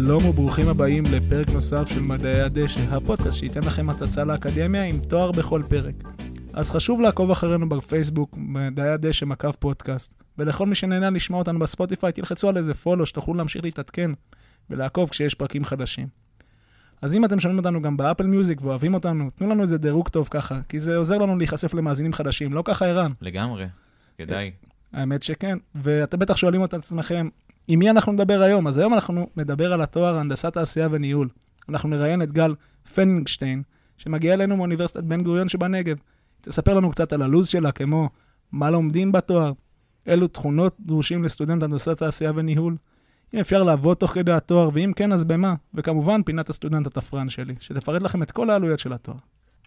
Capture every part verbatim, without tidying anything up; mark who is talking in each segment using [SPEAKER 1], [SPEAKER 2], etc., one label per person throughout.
[SPEAKER 1] שלום וברוכים הבאים לפרק נוסף של מדעי הדשא, הפודקאסט שייתן לכם הצצה לאקדמיה עם תואר בכל פרק. אז חשוב לעקוב אחרינו בפייסבוק, מדעי הדשא מקף פודקאסט, ולכל מי שנהנה לשמוע אותנו בספוטיפיי, תלחצו על איזה פולו שתוכלו להמשיך להתעדכן ולעקוב כשיש פרקים חדשים. אז אם אתם שומעים אותנו גם באפל מיוזיק ואוהבים אותנו, תנו לנו איזה דירוג טוב ככה, כי זה עוזר לנו להיחשף למאזינים חדשים, לא ככה ערן.
[SPEAKER 2] לגמרי, כדאי.
[SPEAKER 1] האמת שכן, ואתם בטח שואלים את עצמכם, עם מי אנחנו נדבר היום? אז היום אנחנו נדבר על התואר הנדסת תעשייה וניהול. אנחנו נראיין את גל פנינגשטיין, שמגיע אלינו מאוניברסיטת בן גוריון שבנגב. תספר לנו קצת על הלוז שלה, כמו מה לומדים בתואר, אילו תכונות דרושים לסטודנט הנדסת תעשייה וניהול, אם אפשר לעבוד תוך כדי התואר, ואם כן, אז במה? וכמובן, פינת הסטודנט התפרן שלי, שתפרט לכם את כל העלויות של התואר.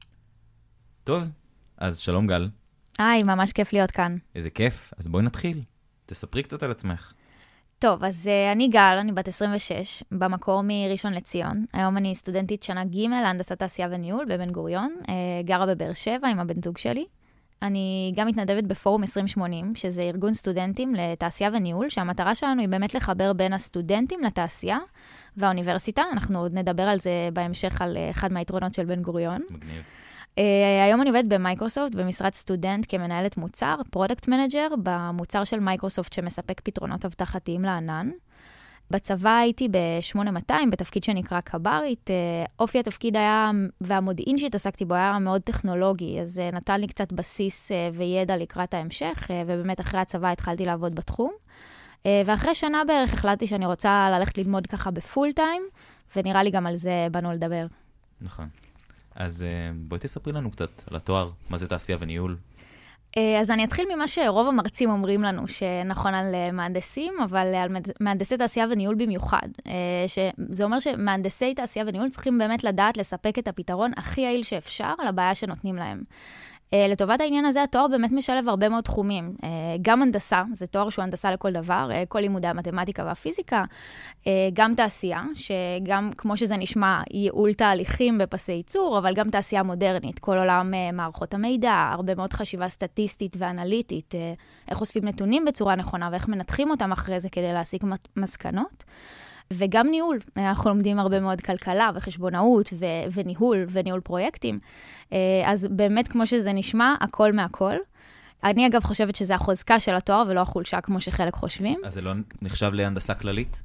[SPEAKER 2] טוב, אז שלום גל.
[SPEAKER 3] היי, ממש כיף להיות כאן.
[SPEAKER 2] איזה כיף, אז בואי נתחיל. תספרי קצת על עצמך.
[SPEAKER 3] טוב, אז uh, אני גל, אני בת עשרים ושש, במקור מראשון לציון. היום אני סטודנטית שנה ג' להנדסת תעשייה וניהול בבן גוריון, uh, גרה בבאר שבע עם הבן זוג שלי. אני גם מתנדבת בפורום עשרים שמונים, שזה ארגון סטודנטים לתעשייה וניהול, שהמטרה שלנו היא באמת לחבר בין הסטודנטים לתעשייה והאוניברסיטה. אנחנו עוד נדבר על זה בהמשך, על אחד מהיתרונות של בן גוריון.
[SPEAKER 2] מגניב.
[SPEAKER 3] Uh, היום אני עובדת במייקרוסופט, במשרד סטודנט כמנהלת מוצר, פרודקט מנג'ר, במוצר של מייקרוסופט שמספק פתרונות אבטחתיים לענן. בצבא הייתי ב-שמונה מאתיים, בתפקיד שנקרא קברית. Uh, אופי התפקיד היה, והמודיעין שהתעסקתי בו היה מאוד טכנולוגי, אז uh, נתן לי קצת בסיס uh, וידע לקראת ההמשך, uh, ובאמת אחרי הצבא התחלתי לעבוד בתחום. Uh, ואחרי שנה בערך החלטתי שאני רוצה ללכת ללמוד ככה בפול טיים, ונראה לי גם על זה באנו לדבר.
[SPEAKER 2] נכון. אז בואי תספרי לנו קצת על התואר, מה זה תעשייה וניהול.
[SPEAKER 3] אז אני אתחיל ממה שרוב המרצים אומרים לנו, שנכון על מהנדסים, אבל על מהנדסי תעשייה וניהול במיוחד. שזה אומר שמהנדסי תעשייה וניהול צריכים באמת לדעת לספק את הפתרון הכי יעיל שאפשר על הבעיה שנותנים להם. לטובת העניין הזה, התואר באמת משלב הרבה מאוד תחומים. גם הנדסה, זה תואר שהוא הנדסה לכל דבר, כל לימודי המתמטיקה והפיזיקה, גם תעשייה, שגם כמו שזה נשמע, ייעול תהליכים בפסי ייצור, אבל גם תעשייה מודרנית, כל עולם מערכות המידע, הרבה מאוד חשיבה סטטיסטית ואנליטית, איך אוספים נתונים בצורה נכונה, ואיך מנתחים אותם אחרי זה כדי להסיק מסקנות. וגם ניהול, אנחנו לומדים הרבה מאוד כלכלה וחשבונאות ו- וניהול וניהול פרויקטים. אז באמת כמו שזה נשמע, הכל מהכל. אני אגב חושבת שזה החוזקה של התואר ולא החולשה כמו שחלק חושבים.
[SPEAKER 2] אז זה לא נחשב להנדסה כללית?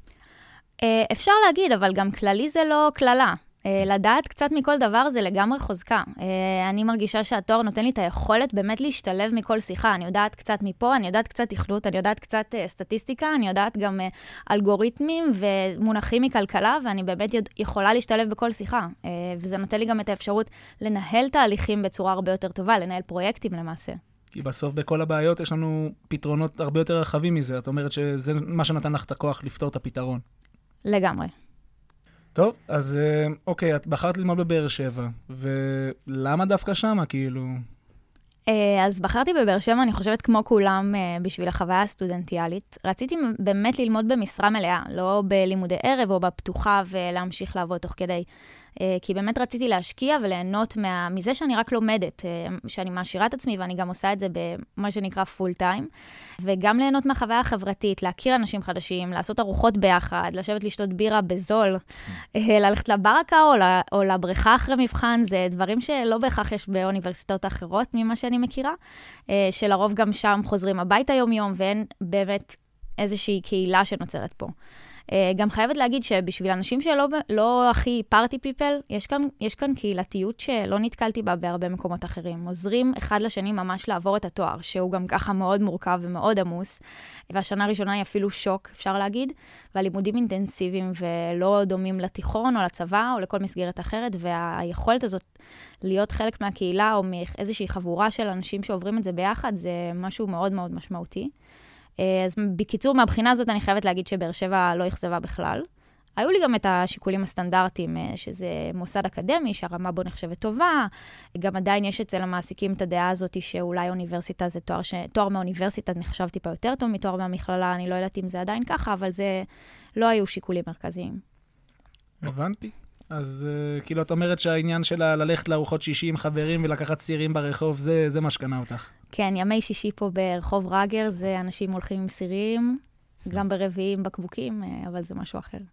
[SPEAKER 3] אפשר להגיד, אבל גם כללי זה לא כללה. לדעת קצת מכל דבר זה לגמרי חוזקה. אני מרגישה שהתואר נותן לי את היכולת באמת להשתלב מכל שיחה. אני יודעת קצת מפה, אני יודעת קצת תכנות, אני יודעת קצת סטטיסטיקה, אני יודעת גם אלגוריתמים ומונחים מכלכלה, ואני באמת יכולה להשתלב בכל שיחה. וזה נותן לי גם את האפשרות לנהל תהליכים בצורה הרבה יותר טובה, לנהל פרויקטים למעשה.
[SPEAKER 1] כי בסוף בכל הבעיות יש לנו פתרונות הרבה יותר רחבים מזה. את אומרת שזה מה שנתן לך את הכוח לפתור את הפתרון.
[SPEAKER 3] לגמרי.
[SPEAKER 1] טוב, אז אוקיי, את בחרת ללמוד בבאר שבע, ולמה דווקא שמה, כאילו?
[SPEAKER 3] אז בחרתי בבאר שבע, אני חושבת כמו כולם בשביל החוויה הסטודנטיאלית. רציתי באמת ללמוד במשרה מלאה, לא בלימודי ערב או בפתוחה ולהמשיך לעבוד תוך כדי. כי באמת רציתי להשקיע וליהנות מה, מזה שאני רק לומדת, שאני מעשירה את עצמי, ואני גם עושה את זה במה שנקרא פול טיים, וגם ליהנות מהחוויה החברתית, להכיר אנשים חדשים, לעשות ארוחות ביחד, לשבת לשתות בירה בזול, ללכת לברקה או, או לבריכה אחרי מבחן, זה דברים שלא בהכרח יש באוניברסיטאות אחרות ממה שאני מכירה, שלרוב גם שם חוזרים הביתה יום יום, ואין באמת איזושהי קהילה שנוצרת פה. גם חייבת להגיד שבשביל אנשים שלא לא הכי פארטי פיפל, יש כאן, יש כאן קהילתיות שלא נתקלתי בה בהרבה מקומות אחרים. עוזרים אחד לשני ממש לעבור את התואר, שהוא גם ככה מאוד מורכב ומאוד עמוס, והשנה הראשונה היא אפילו שוק, אפשר להגיד, והלימודים אינטנסיביים ולא דומים לתיכון או לצבא או לכל מסגרת אחרת, והיכולת הזאת להיות חלק מהקהילה או מאיזושהי חבורה של אנשים שעוברים את זה ביחד, זה משהו מאוד מאוד משמעותי. אז בקיצור, מהבחינה הזאת אני חייבת להגיד שבאר שבע לא יחזבה בכלל. היו לי גם את השיקולים הסטנדרטיים, שזה מוסד אקדמי, שהרמה בו נחשבת טובה. גם עדיין יש אצל המעסיקים את הדעה הזאת שאולי אוניברסיטה זה תואר, ש... תואר מאוניברסיטה נחשב טיפה יותר טוב מתואר מהמכללה, אני לא יודעת אם זה עדיין ככה, אבל זה לא היו שיקולים מרכזיים.
[SPEAKER 1] הבנתי. אז uh, כאילו את אומרת שהעניין שלה ללכת לארוחות שישי עם חברים ולקחת סירים ברחוב, זה, זה מה שקנה אותך.
[SPEAKER 3] כן, ימי שישי פה ברחוב רגר, זה אנשים הולכים עם סירים, גם ברביעים בקבוקים, אבל זה משהו אחר.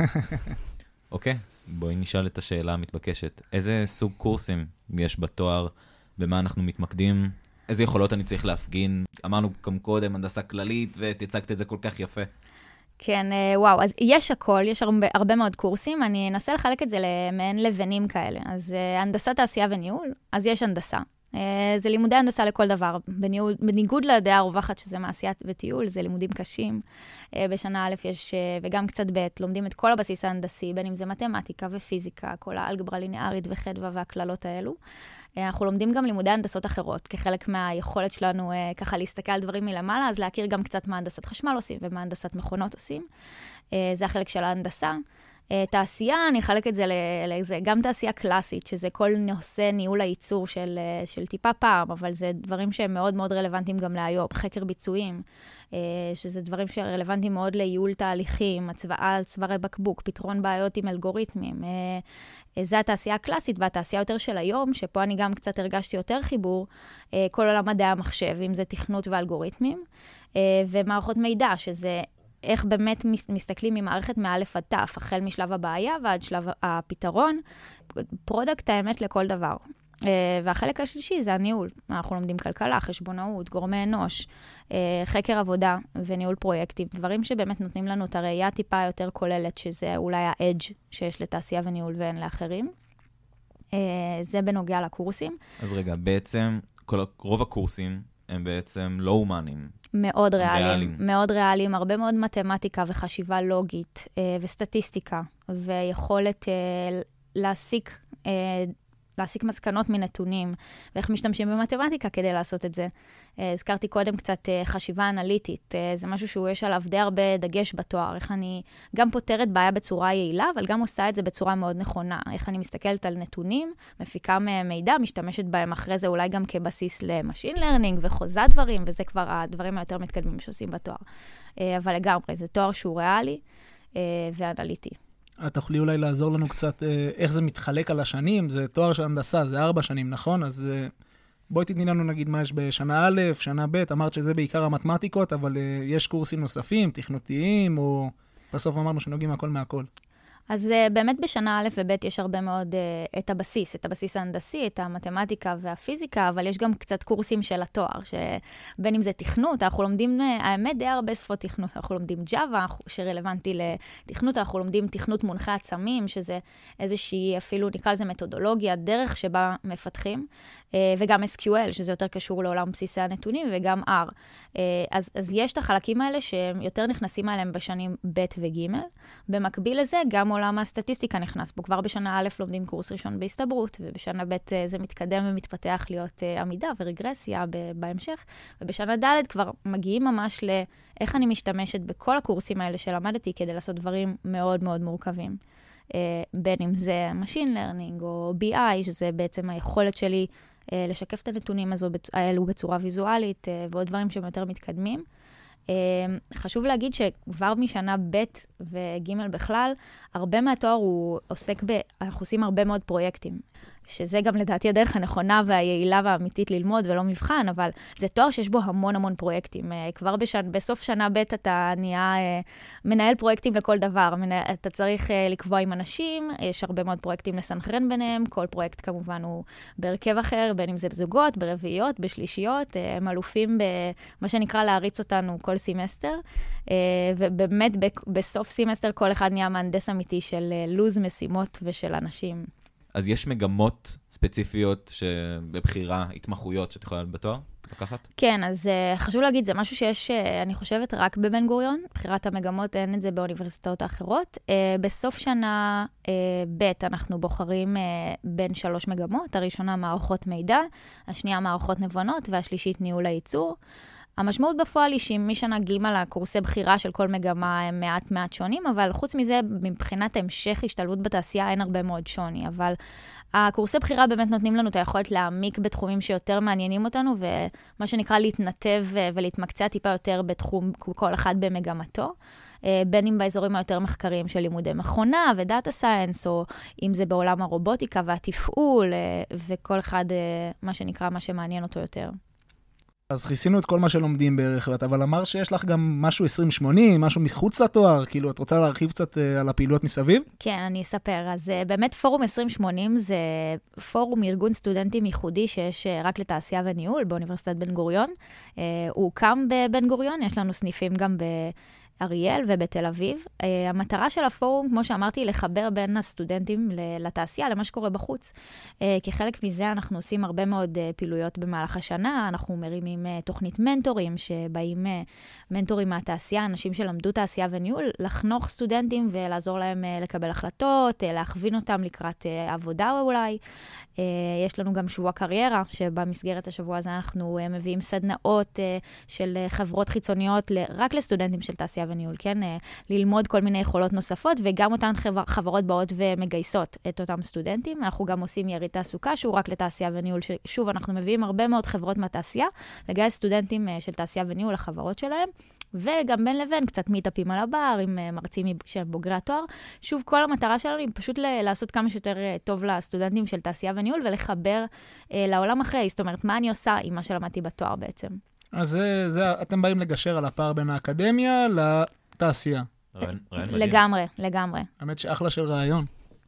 [SPEAKER 2] אוקיי, בואי נשאל את השאלה המתבקשת. איזה סוג קורסים יש בתואר, במה אנחנו מתמקדים, איזה יכולות אני צריך להפגין? אמרנו גם קודם, הנדסה כללית, ותצגת את זה כל כך יפה.
[SPEAKER 3] כן, וואו, אז יש הכל, יש הרבה, הרבה מאוד קורסים, אני אנסה לחלק את זה למעין לבנים כאלה. אז הנדסת תעשייה וניהול, אז יש הנדסה. זה לימודי הנדסה לכל דבר, בניהול, בניגוד לדעה הרווחת שזה מעשייה וטיול, זה לימודים קשים. בשנה א' יש, וגם קצת ב', לומדים את כל הבסיס ההנדסי, בין אם זה מתמטיקה ופיזיקה, כל האלגברה ליניארית וחדווה והכללות האלו. אנחנו לומדים גם לימודי הנדסות אחרות, כחלק מהיכולת שלנו ככה להסתכל על דברים מלמעלה, אז להכיר גם קצת מה הנדסת חשמל עושים ומה הנדסת מכונות עושים. זה החלק של ההנדסה. תעשייה, אני אחלק את זה לזה, גם תעשייה קלאסית, שזה כל נושא ניהול הייצור של, של טיפה פעם, אבל זה דברים שהם מאוד מאוד רלוונטיים גם להיום, חקר ביצועים, שזה דברים שרלוונטיים מאוד לייעול תהליכים, הצבעה על צווארי בקבוק, פתרון בעיות עם אלגוריתמים. זה התעשייה הקלאסית, והתעשייה יותר של היום, שפה אני גם קצת הרגשתי יותר חיבור, כל עולם מדעי המחשב, אם זה תכנות ואלגוריתמים, ומערכות מידע, שזה איך באמת מסתכלים ממערכת מאלף עד תף, החל משלב הבעיה ועד שלב הפתרון, פרודקט האמת לכל דבר. והחלק השלישי זה הניהול. אנחנו לומדים כלכלה, חשבונאות, גורמי אנוש, חקר עבודה וניהול פרויקטים, דברים שבאמת נותנים לנו את הראייה טיפה יותר כוללת, שזה אולי האדג' שיש לתעשייה וניהול ואין לאחרים. זה בנוגע לקורסים.
[SPEAKER 2] אז רגע, בעצם כל, רוב הקורסים הם בעצם לא הומניים.
[SPEAKER 3] מאוד ריאליים, ריאליים, מאוד ריאליים, הרבה מאוד מתמטיקה וחשיבה לוגית אה, וסטטיסטיקה, ויכולת אה, להסיק, אה, להסיק מסקנות מנתונים, ואיך משתמשים במתמטיקה כדי לעשות את זה. אה, הזכרתי קודם קצת אה, חשיבה אנליטית, אה, זה משהו שהוא יש עליו די הרבה דגש בתואר, איך אני גם פותרת בעיה בצורה יעילה, אבל גם עושה את זה בצורה מאוד נכונה, איך אני מסתכלת על נתונים, מפיקה מידע, משתמשת בהם אחרי זה אולי גם כבסיס למשין לרנינג וחוזה דברים, וזה כבר הדברים היותר מתקדמים שעושים בתואר. אה, אבל לגמרי, זה תואר שהוא ריאלי אה, ואנליטי.
[SPEAKER 1] את תוכלי אולי לעזור לנו קצת אה, איך זה מתחלק על השנים, זה תואר של הנדסה, זה ארבע שנים, נכון? אז אה, בואי תתני לנו נגיד מה יש בשנה א', שנה ב', אמרת שזה בעיקר המתמטיקות, אבל uh, יש קורסים נוספים, תכנותיים, או בסוף אמרנו שנוגעים הכל מהכל.
[SPEAKER 3] אז uh, באמת בשנה א' וב' יש הרבה מאוד uh, את הבסיס, את הבסיס ההנדסי, את המתמטיקה והפיזיקה, אבל יש גם קצת קורסים של התואר, שבין אם זה תכנות, אנחנו לומדים, uh, האמת די הרבה שפות תכנות, אנחנו לומדים ג'אווה, שרלוונטי לתכנות, אנחנו לומדים תכנות מונחי עצמים, שזה איזושהי, אפילו נקרא לזה מתודולוגיה, דרך שבה מפתחים, uh, וגם אס קיו אל, שזה יותר קשור לעולם בסיסי הנתונים, וגם R. Uh, אז, אז יש את החלקים האלה שהם יותר נכנסים עליהם בשנים ב' וג'. במקביל לזה, גם עולם הסטטיסטיקה נכנס בו. כבר בשנה א' לומדים קורס ראשון בהסתברות, ובשנה ב' זה מתקדם ומתפתח להיות uh, עמידה ורגרסיה ב- בהמשך, ובשנה ד' כבר מגיעים ממש לאיך אני משתמשת בכל הקורסים האלה שלמדתי כדי לעשות דברים מאוד מאוד מורכבים. Uh, בין אם זה Machine Learning או בי איי, שזה בעצם היכולת שלי uh, לשקף את הנתונים הזו, האלו בצורה ויזואלית, uh, ועוד דברים שהם יותר מתקדמים. Uh, חשוב להגיד שכבר משנה ב' וג' בכלל, הרבה מהתואר הוא עוסק ב... אנחנו עושים הרבה מאוד פרויקטים, שזה גם לדעתי הדרך הנכונה והיעילה והאמיתית ללמוד ולא מבחן, אבל זה תואר שיש בו המון המון פרויקטים. Uh, כבר בשנ... בסוף שנה ב' אתה נהיה uh, מנהל פרויקטים לכל דבר. מנה... אתה צריך uh, לקבוע עם אנשים, יש הרבה מאוד פרויקטים לסנכרן ביניהם, כל פרויקט כמובן הוא בהרכב אחר, בין אם זה בזוגות, ברביעיות, בשלישיות, uh, הם אלופים במה שנקרא להריץ אותנו כל סמסטר, uh, ובאמת ב... בסוף סמסטר כל אחד נהיה מהנדס אמיתי של uh, לוז משימות ושל אנשים.
[SPEAKER 2] אז יש מגמות ספציפיות שבבחירה, התמחויות שאת יכולה בתואר לקחת?
[SPEAKER 3] כן, אז uh, חשוב להגיד, זה משהו שיש, uh, אני חושבת, רק בבן גוריון. בחירת המגמות, אין את זה באוניברסיטאות האחרות. Uh, בסוף שנה uh, ב' אנחנו בוחרים uh, בין שלוש מגמות. הראשונה מערכות מידע, השנייה מערכות נבונות, והשלישית ניהול הייצור. המשמעות בפועל היא שמשנה ג' הקורסי בחירה של כל מגמה הם מעט מעט שונים, אבל חוץ מזה, מבחינת המשך השתלבות בתעשייה, אין הרבה מאוד שוני. אבל הקורסי בחירה באמת נותנים לנו את היכולת להעמיק בתחומים שיותר מעניינים אותנו, ומה שנקרא להתנתב ולהתמקצע טיפה יותר בתחום כל אחד במגמתו. בין אם באזורים היותר מחקריים של לימודי מכונה ודאטה סיינס, או אם זה בעולם הרובוטיקה והתפעול, וכל אחד מה שנקרא מה שמעניין אותו יותר.
[SPEAKER 1] אז חיסינו את כל מה שלומדים בערך, אבל אמר שיש לך גם משהו עשרים שמונים, משהו מחוץ לתואר, כאילו את רוצה להרחיב קצת על הפעילויות מסביב?
[SPEAKER 3] כן, אני אספר. אז באמת פורום עשרים שמונים זה פורום ארגון סטודנטים ייחודי שיש רק לתעשייה וניהול באוניברסיטת בן גוריון. הוא הוקם בבן גוריון, יש לנו סניפים גם ב... אריאל ובתל אביב. Uh, המטרה של הפורום, כמו שאמרתי, היא לחבר בין הסטודנטים לתעשייה, למה שקורה בחוץ. Uh, כחלק מזה אנחנו עושים הרבה מאוד uh, פעילויות במהלך השנה, אנחנו מרימים uh, תוכנית מנטורים, שבאים uh, מנטורים מהתעשייה, אנשים שלמדו תעשייה וניהול, לחנוך סטודנטים ולעזור להם uh, לקבל החלטות, uh, להכווין אותם לקראת uh, עבודה אולי. Uh, יש לנו גם שבוע קריירה, שבמסגרת השבוע הזה אנחנו uh, מביאים סדנאות uh, של uh, חברות חיצוניות ל- רק לסטודנטים של תעשייה וניהול, כן? ללמוד כל מיני יכולות נוספות, וגם אותן חברות באות ומגייסות את אותם סטודנטים. אנחנו גם עושים יריד תעסוקה, שהוא רק לתעשייה וניהול. שוב, אנחנו מביאים הרבה מאוד חברות מהתעשייה, לגייס סטודנטים של תעשייה וניהול לחברות שלהם, וגם בין לבין קצת מיטאפים על הבר, עם מרצים שהם בוגרי התואר. שוב, כל המטרה שלנו היא פשוט לעשות כמה שיותר טוב לסטודנטים של תעשייה וניהול, ולחבר לעולם אחרי. זאת אומרת, מה אני עושה עם מה שלמדתי בתואר בעצם?
[SPEAKER 1] אז זה, זה, אתם באים לגשר על הפער בין האקדמיה לתעשייה.
[SPEAKER 2] רעיון מדהים.
[SPEAKER 3] לגמרי, לגמרי.
[SPEAKER 1] האמת שאחלה של רעיון.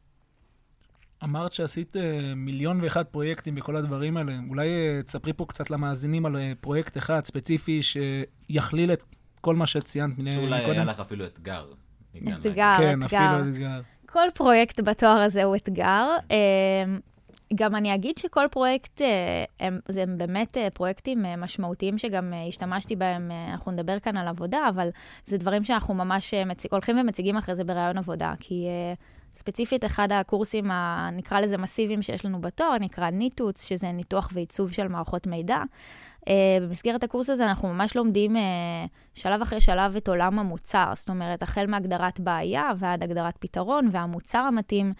[SPEAKER 1] אמרת שעשית מיליון ואחד פרויקטים בכל הדברים האלה. אולי תספרי פה קצת למאזינים על פרויקט אחד ספציפי שיכליל את כל מה שציינת מקודם.
[SPEAKER 2] שאולי היה לך אפילו אתגר.
[SPEAKER 3] אתגר,
[SPEAKER 1] כן,
[SPEAKER 3] אתגר.
[SPEAKER 1] אפילו אתגר.
[SPEAKER 3] כל פרויקט בתואר הזה הוא אתגר. גם אני אגיד שכל פרויקט, הם, הם באמת פרויקטים משמעותיים שגם השתמשתי בהם, אנחנו נדבר כאן על עבודה, אבל זה דברים שאנחנו ממש מציג, הולכים ומציגים אחרי זה ברעיון עבודה, כי ספציפית אחד הקורסים, נקרא לזה מסיביים שיש לנו בתואר, נקרא ניטוץ, שזה ניתוח ועיצוב של מערכות מידע. Uh, במסגרת הקורס הזה אנחנו ממש לומדים uh, שלב אחרי שלב את עולם המוצר, זאת אומרת, החל מהגדרת בעיה ועד הגדרת פתרון, והמוצר המתאים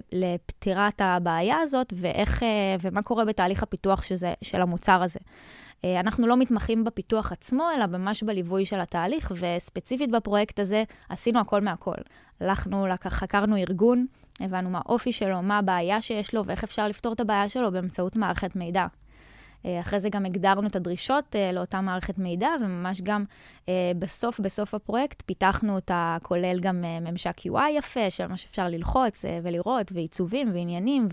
[SPEAKER 3] לפתירת הבעיה הזאת, ואיך, uh, ומה קורה בתהליך הפיתוח שזה, של המוצר הזה. Uh, אנחנו לא מתמחים בפיתוח עצמו, אלא ממש בליווי של התהליך, וספציפית בפרויקט הזה עשינו הכל מהכל. הלכנו, חקרנו ארגון, הבנו מה האופי שלו, מה הבעיה שיש לו, ואיך אפשר לפתור את הבעיה שלו באמצעות מערכת מידע. אחרי זה גם הגדרנו את הדרישות לאותה מערכת מידע, וממש גם בסוף, בסוף הפרויקט, פיתחנו אותה, כולל גם ממשק יו איי יפה, שממש אפשר ללחוץ ולראות, ועיצובים ועניינים,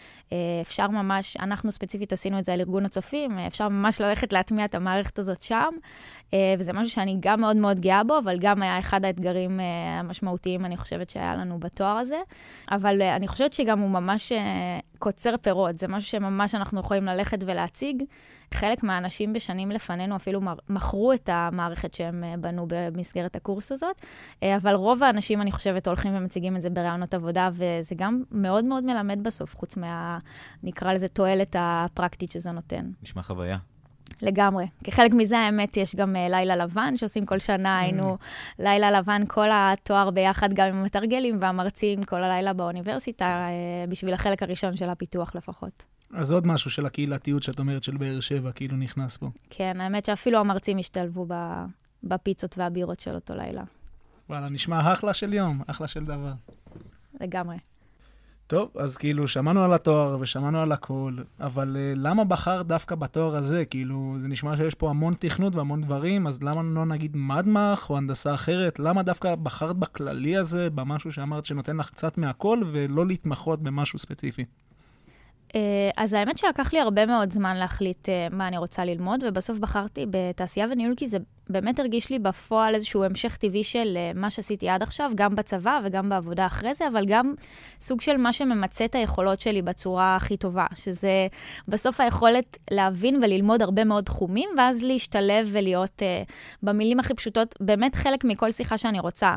[SPEAKER 3] ואפשר ממש, אנחנו ספציפית עשינו את זה על ארגון הצופים, אפשר ממש ללכת להטמיע את המערכת הזאת שם, וזה משהו שאני גם מאוד מאוד גאה בו, אבל גם היה אחד האתגרים המשמעותיים, אני חושבת שהיה לנו בתואר הזה, אבל אני חושבת שגם הוא ממש קוצר פירות, זה משהו שממש אנחנו יכולים ללכת ולהציג. חלק מהאנשים בשנים לפנינו אפילו מכרו את המערכת שהם בנו במסגרת הקורס הזאת, אבל רוב האנשים, אני חושבת, הולכים ומציגים את זה ברעיונות עבודה, וזה גם מאוד מאוד מלמד בסוף, חוץ מה, נקרא לזה, תועלת הפרקטית שזה נותן.
[SPEAKER 2] נשמע חוויה.
[SPEAKER 3] לגמרי. כחלק מזה, האמת, יש גם לילה לבן, שעושים כל שנה, היינו לילה לבן, כל התואר ביחד, גם עם המתרגלים והמרצים, כל הלילה באוניברסיטה, בשביל החלק הראשון של הפיתוח לפחות.
[SPEAKER 1] אז עוד משהו של הקהילתיות שאת אומרת של באר שבע, כאילו נכנס פה.
[SPEAKER 3] כן, האמת שאפילו המרצים השתלבו בפיצות והבירות של אותו לילה.
[SPEAKER 1] וואלה, נשמע אחלה של יום, אחלה של דבר.
[SPEAKER 3] לגמרי.
[SPEAKER 1] טוב, אז כאילו שמענו על התואר ושמענו על הכל, אבל uh, למה בחר דווקא בתואר הזה? כאילו, זה נשמע שיש פה המון תכנות והמון דברים, אז למה לא נגיד מדמח או הנדסה אחרת? למה דווקא בחרת בכללי הזה, במשהו שאמרת שנותן לך קצת מהכל, ולא להתמחות במשהו ספציפי?
[SPEAKER 3] אז האמת שלקח לי הרבה מאוד זמן להחליט מה אני רוצה ללמוד, ובסוף בחרתי בתעשייה וניהול, כי זה באמת הרגיש לי בפועל איזשהו המשך טבעי של מה שעשיתי עד עכשיו, גם בצבא וגם בעבודה אחרי זה, אבל גם סוג של מה שממצא את היכולות שלי בצורה הכי טובה, שזה בסוף היכולת להבין וללמוד הרבה מאוד תחומים, ואז להשתלב ולהיות במילים הכי פשוטות, באמת חלק מכל שיחה שאני רוצה.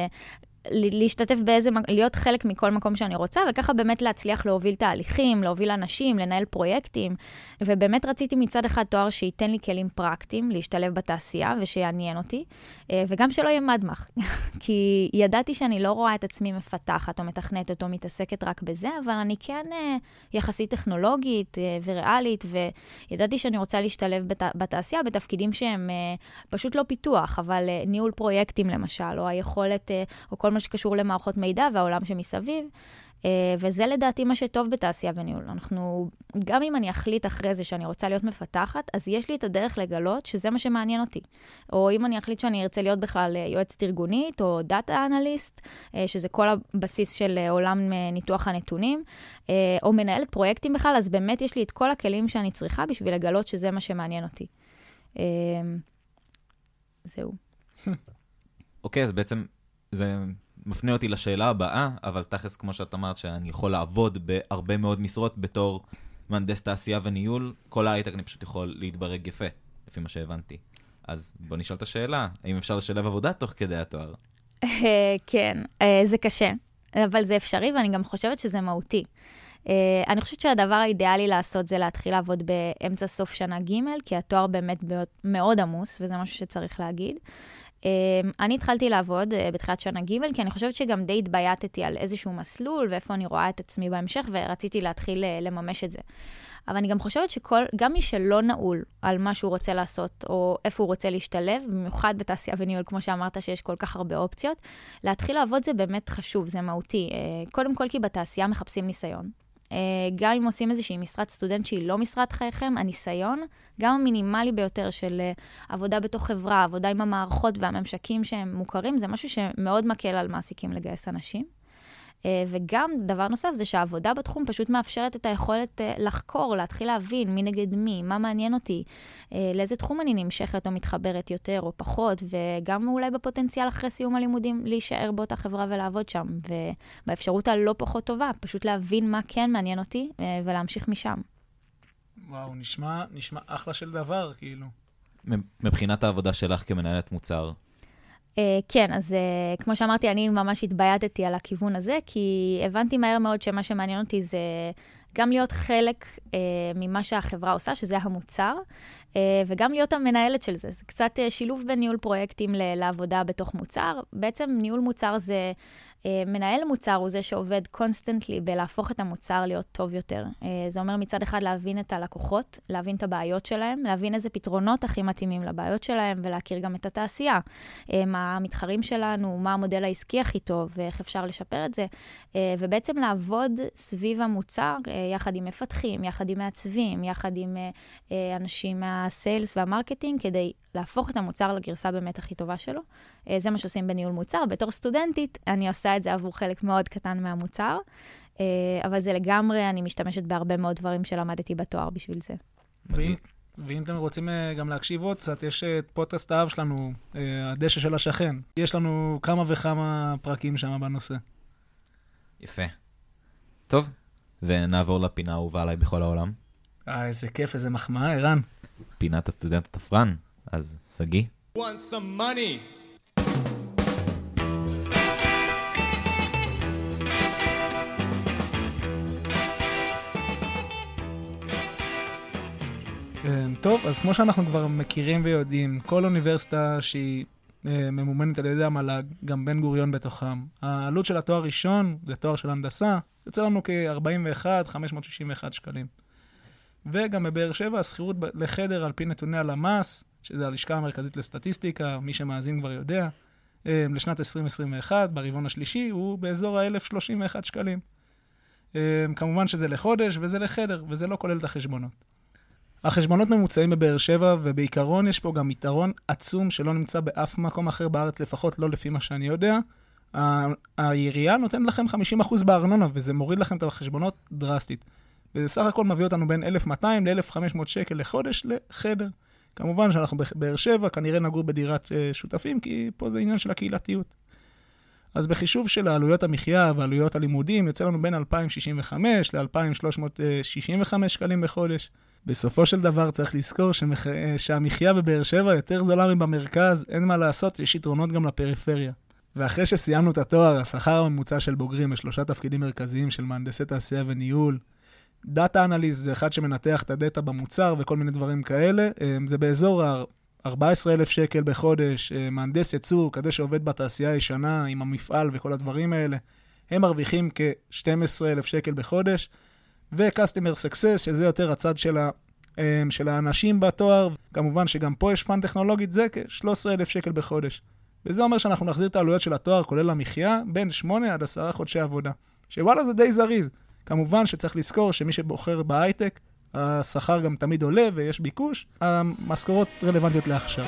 [SPEAKER 3] להשתתף באיזה, להיות חלק מכל מקום שאני רוצה, וככה באמת להצליח להוביל תהליכים, להוביל אנשים, לנהל פרויקטים, ובאמת רציתי מצד אחד תואר שייתן לי כלים פרקטיים, להשתלב בתעשייה ושיעניין אותי, וגם שלא יהיה מדמח, כי ידעתי שאני לא רואה את עצמי מפתחת או מתכנתת או מתעסקת רק בזה, אבל אני כן יחסית טכנולוגית וריאלית, וידעתי שאני רוצה להשתלב בת, בתעשייה בתפקידים שהם פשוט לא פיתוח, אבל ניהול פרויקטים למשל, או היכולת, או כל מה שקשור למערכות מידע והעולם שמסביב. וזה לדעתי מה שטוב בתעשייה וניהול. אנחנו, גם אם אני אחליט אחרי זה שאני רוצה להיות מפתחת, אז יש לי את הדרך לגלות שזה מה שמעניין אותי. או אם אני אחליט שאני ארצה להיות בכלל יועצת ארגונית, או דאטה אנליסט, שזה כל הבסיס של עולם ניתוח הנתונים, או מנהלת פרויקטים בכלל, אז באמת יש לי את כל הכלים שאני צריכה בשביל לגלות שזה מה שמעניין אותי. זהו.
[SPEAKER 2] אוקיי, אז בעצם זה מפנה אותי לשאלה הבאה, אבל תכלס, כמו שאת אמרת, שאני יכול לעבוד בהרבה מאוד משרות בתור מהנדס תעשייה וניהול, כל ההייטק אני פשוט יכול להתברג יפה, לפי מה שהבנתי. אז בוא נשאל את השאלה, האם אפשר לשלב עבודה תוך כדי התואר?
[SPEAKER 3] כן, זה קשה, אבל זה אפשרי, ואני גם חושבת שזה מהותי. אני חושבת שהדבר האידיאלי לעשות זה להתחיל לעבוד באמצע סוף שנה ג', כי התואר באמת מאוד עמוס, וזה משהו שצריך להגיד. אני התחלתי לעבוד בתחילת שנה ג', כי אני חושבת שגם די התבייתתי על איזשהו מסלול, ואיפה אני רואה את עצמי בהמשך, ורציתי להתחיל לממש את זה. אבל אני גם חושבת שגם מי שלא נעול על מה שהוא רוצה לעשות, או איפה הוא רוצה להשתלב, במיוחד בתעשייה וניהול, כמו שאמרת שיש כל כך הרבה אופציות, להתחיל לעבוד זה באמת חשוב, זה מהותי. קודם כל כי בתעשייה מחפשים ניסיון. גם אם עושים איזושהי משרת סטודנט שהיא לא משרת חייכם, הניסיון, גם המינימלי ביותר של עבודה בתוך חברה, עבודה עם המערכות והממשקים שהם מוכרים, זה משהו שמאוד מקל על מעסיקים לגייס אנשים. וגם דבר נוסף זה שהעבודה בתחום פשוט מאפשרת את היכולת לחקור, להתחיל להבין מי נגד מי, מה מעניין אותי, לאיזה תחום אני נמשכת או מתחברת יותר או פחות, וגם אולי בפוטנציאל אחרי סיום הלימודים להישאר באותה חברה ולעבוד שם, ובאפשרות הלא פחות טובה, פשוט להבין מה כן מעניין אותי ולהמשיך משם.
[SPEAKER 1] וואו, נשמע, נשמע אחלה של דבר, כאילו.
[SPEAKER 2] מבחינת העבודה שלך כמנהלת מוצר,
[SPEAKER 3] Uh, כן, אז uh, כמו שאמרתי, אני ממש התבייתתי על הכיוון הזה, כי הבנתי מהר מאוד שמה שמעניין אותי זה גם להיות חלק uh, ממה שהחברה עושה, שזה המוצר, uh, וגם להיות המנהלת של זה. זה קצת uh, שילוב בין ניהול פרויקטים ל- לעבודה בתוך מוצר. בעצם ניהול מוצר זה, uh, מנהל מוצר הוא זה שעובד קונסטנטלי בלהפוך את המוצר להיות טוב יותר. Uh, זה אומר מצד אחד להבין את הלקוחות, להבין את הבעיות שלהם, להבין איזה פתרונות הכי מתאימים לבעיות שלהם, ולהכיר גם את התעשייה. Uh, מה המתחרים שלנו, מה המודל העסקי הכי טוב, ואיך אפשר לשפר את זה. Uh, ובעצם לעבוד סביב המוצר, uh, יחד עם מפתחים, יחד עם מעצבים, יחד עם uh, uh, אנשים מהסיילס והמרקטינג, כדי להפוך את המוצר לגרסה באמת הכי טובה שלו. Uh, זה מה שעושים בניהול מוצר. בתור סטודנטית, אני עושה את זה עבור חלק מאוד קטן מהמוצר, uh, אבל זה לגמרי, אני משתמשת בהרבה מאוד דברים שלמדתי בתואר בשביל זה.
[SPEAKER 1] ואם, ואם אתם רוצים uh, גם להקשיב עוד קצת, יש את פודקאסט האב שלנו, uh, הדשא של השכן. יש לנו כמה וכמה פרקים שם בנושא.
[SPEAKER 2] יפה. טוב, ונעבור לפינה האהובה עליי בכל העולם.
[SPEAKER 1] אה, איזה כיף, איזה מחמאה, ערן.
[SPEAKER 2] פינת הסטודנט התפרן, אז סגי.
[SPEAKER 4] Want some money?
[SPEAKER 1] טוב, אז כמו שאנחנו כבר מכירים ויודעים, כל אוניברסיטה שהיא ממומנת על ידי המל"ג, גם בן גוריון בתוכם. העלות של התואר ראשון, זה תואר של הנדסה, יוצא לנו כ-ארבעים ואחד אלף חמש מאות שישים ואחת שקלים. וגם בבאר שבע, הסחירות לחדר על פי נתוני הלמ"ס, שזה הלשכה המרכזית לסטטיסטיקה, מי שמאזין כבר יודע, לשנת עשרים עשרים ואחת, ברבעון השלישי, הוא באזור ה-אלף שלושים ואחת שקלים. כמובן שזה לחודש וזה לחדר, וזה לא כולל את החשבונות. החשבונות ממוצעים בבאר שבע, ובעיקרון יש פה גם יתרון עצום שלא נמצא באף מקום אחר בארץ, לפחות לא לפי מה שאני יודע. העירייה נותנת לכם חמישים אחוז בארנונה, וזה מוריד לכם את החשבונות דרסטית. וזה סך הכל מביא אותנו בין אלף מאתיים ל-אלף וחמש מאות שקל לחודש לחדר. כמובן שאנחנו בבאר שבע, כנראה נגור בדירת שותפים, כי פה זה עניין של הקהילתיות. אז בחישוב של העלויות המחיה ועלויות הלימודים, יוצא לנו בין אלפיים שישים וחמש ל-אלפיים שלוש מאות שישים וחמש שקלים בחודש. בסופו של דבר צריך לזכור שמח... שהמחיה בבאר שבע יותר זולה מבמרכז, אין מה לעשות, יש יתרונות גם לפריפריה. ואחרי שסיימנו את התואר, השכר הממוצע של בוגרים בשלושה תפקידים מרכזיים של מהנדסי תעשייה וניהול, דאטה אנליסט זה אחד שמנתח את הדאטה במוצר וכל מיני דברים כאלה, זה באזור ה-ארבעה עשר אלף שקל בחודש, מהנדס יצור, כדי שעובד בתעשייה הישנה עם המפעל וכל הדברים האלה, הם מרוויחים כ-שנים עשר אלף שקל בחודש, ו-Customer Success, שזה יותר הצד של, ה, של האנשים בתואר, כמובן שגם פה יש פן טכנולוגית, זה כ-שלושה עשר אלף שקל בחודש. וזה אומר שאנחנו נחזיר את העלויות של התואר, כולל המחיה, בין שמונה עד עשרה חודשי עבודה. שוואלה זה די זריז. כמובן שצריך לזכור שמי שבוחר בהייטק, השכר גם תמיד עולה ויש ביקוש, המשכורות רלוונטיות לעכשיו.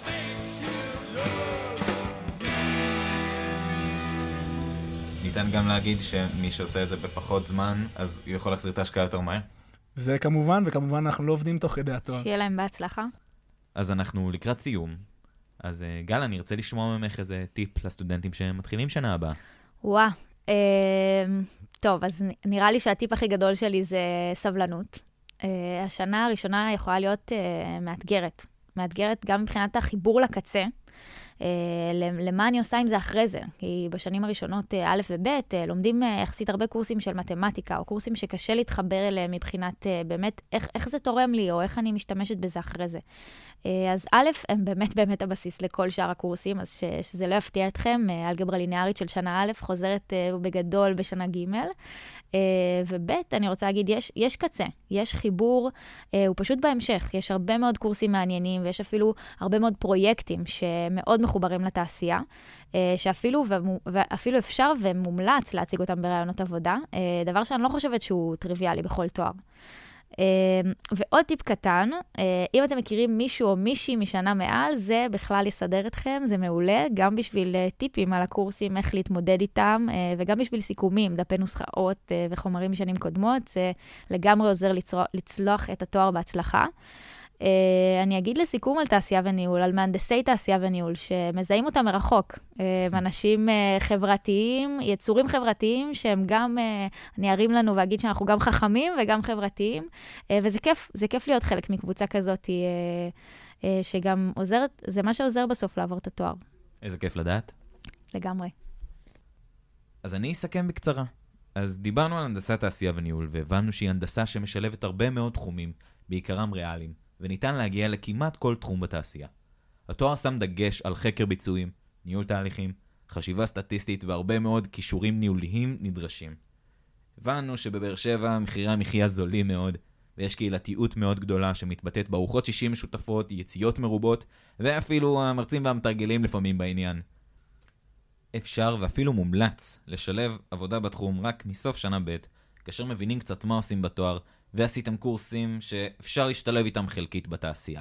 [SPEAKER 2] ניתן גם להגיד שמי שעושה את זה בפחות זמן, אז הוא יכול להחזיר את ההשקעה יותר מהר?
[SPEAKER 1] זה כמובן, וכמובן אנחנו לא עובדים תוך כדי התואר.
[SPEAKER 3] שיהיה להם בהצלחה.
[SPEAKER 2] אז אנחנו לקראת סיום. אז גל, אני ארצה לשמוע ממך איזה טיפ לסטודנטים שמתחילים שנה הבאה.
[SPEAKER 3] וואה, אה, טוב, אז נראה לי שהטיפ הכי גדול שלי זה סבלנות. אה, השנה הראשונה יכולה להיות אה, מאתגרת. מאתגרת גם מבחינת החיבור לקצה. Uh, למה אני עושה עם זה אחרי זה? כי בשנים הראשונות uh, א' וב' uh, לומדים uh, יחסית הרבה קורסים של מתמטיקה, או קורסים שקשה להתחבר אליהם מבחינת uh, באמת איך, איך זה תורם לי, או איך אני משתמשת בזה אחרי זה. Uh, אז א', הם באמת באמת הבסיס לכל שאר הקורסים, אז ש, שזה לא יפתיע אתכם, uh, אלגברה ליניארית של שנה א' חוזרת uh, בגדול בשנה ג', uh, וב', אני רוצה להגיד, יש, יש קצה, יש חיבור, uh, הוא פשוט בהמשך, יש הרבה מאוד קורסים מעניינים, ויש אפילו הרבה מאוד פרויקטים שמאוד מחוברים לתעשייה, שאפילו ואפילו אפשר ומומלץ להציג אותם ברעיונות עבודה, דבר שאני לא חושבת שהוא טריוויאלי בכל תואר. ועוד טיפ קטן, אם אתם מכירים מישהו או מישהי משנה מעל, זה בכלל יסדר אתכם, זה מעולה, גם בשביל טיפים על הקורסים, איך להתמודד איתם, וגם בשביל סיכומים, דפי נוסחאות וחומרים משנים קודמות, זה לגמרי עוזר לצלוח את התואר בהצלחה. Uh, אני אגיד לסיכום על תעשייה וניהול, על מהנדסי תעשייה וניהול, שמזהים אותם מרחוק. Uh, אנשים uh, חברתיים, יצורים חברתיים, שהם גם, uh, אני ארים לנו ואגיד שאנחנו גם חכמים וגם חברתיים, uh, וזה כיף, זה כיף להיות חלק מקבוצה כזאת, uh, uh, שגם עוזרת, זה מה שעוזר בסוף לעבור את התואר.
[SPEAKER 2] איזה כיף לדעת.
[SPEAKER 3] לגמרי.
[SPEAKER 2] אז אני אסכם בקצרה. אז דיברנו על הנדסת תעשייה וניהול, והבנו שהיא הנדסה שמשלבת הרבה מאוד תחומים, בעיקרם ריאליים. וניתן להגיע לכמעט כל תחום בתעשייה. התואר שם דגש על חקר ביצועים, ניהול תהליכים, חשיבה סטטיסטית והרבה מאוד כישורים ניהוליים נדרשים. הבנו שבבאר שבע מחירי המחיה זולים מאוד, ויש קהילתיות מאוד גדולה שמתבטאת בארוחות שישי משותפות, יציאות מרובות, ואפילו המרצים והמתרגלים לפעמים בעניין. אפשר ואפילו מומלץ לשלב עבודה בתחום רק מסוף שנה ב', כאשר מבינים קצת מה עושים בתואר, ועשיתם קורסים שאפשר להשתלב איתם חלקית בתעשייה.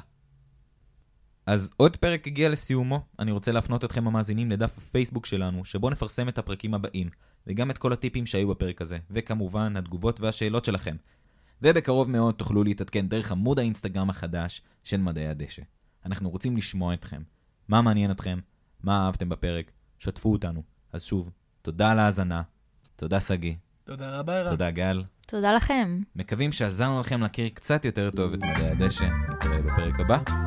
[SPEAKER 2] אז עוד פרק הגיע לסיומו, אני רוצה להפנות אתכם המאזינים לדף הפייסבוק שלנו, שבו נפרסם את הפרקים הבאים, וגם את כל הטיפים שהיו בפרק הזה, וכמובן התגובות והשאלות שלכם. ובקרוב מאוד תוכלו להתעדכן דרך עמוד האינסטגרם החדש של מדעי הדשא. אנחנו רוצים לשמוע אתכם. מה מעניין אתכם? מה אהבתם בפרק? שתפו אותנו. אז שוב, תודה על ההאזנה. תודה סגי.
[SPEAKER 1] תודה רבה ערן.
[SPEAKER 2] תודה גל.
[SPEAKER 3] תודה לכם.
[SPEAKER 2] מקווים שעזרנו לכם להכיר קצת יותר טוב את מדעי הדשא. נתראה בפרק הבא.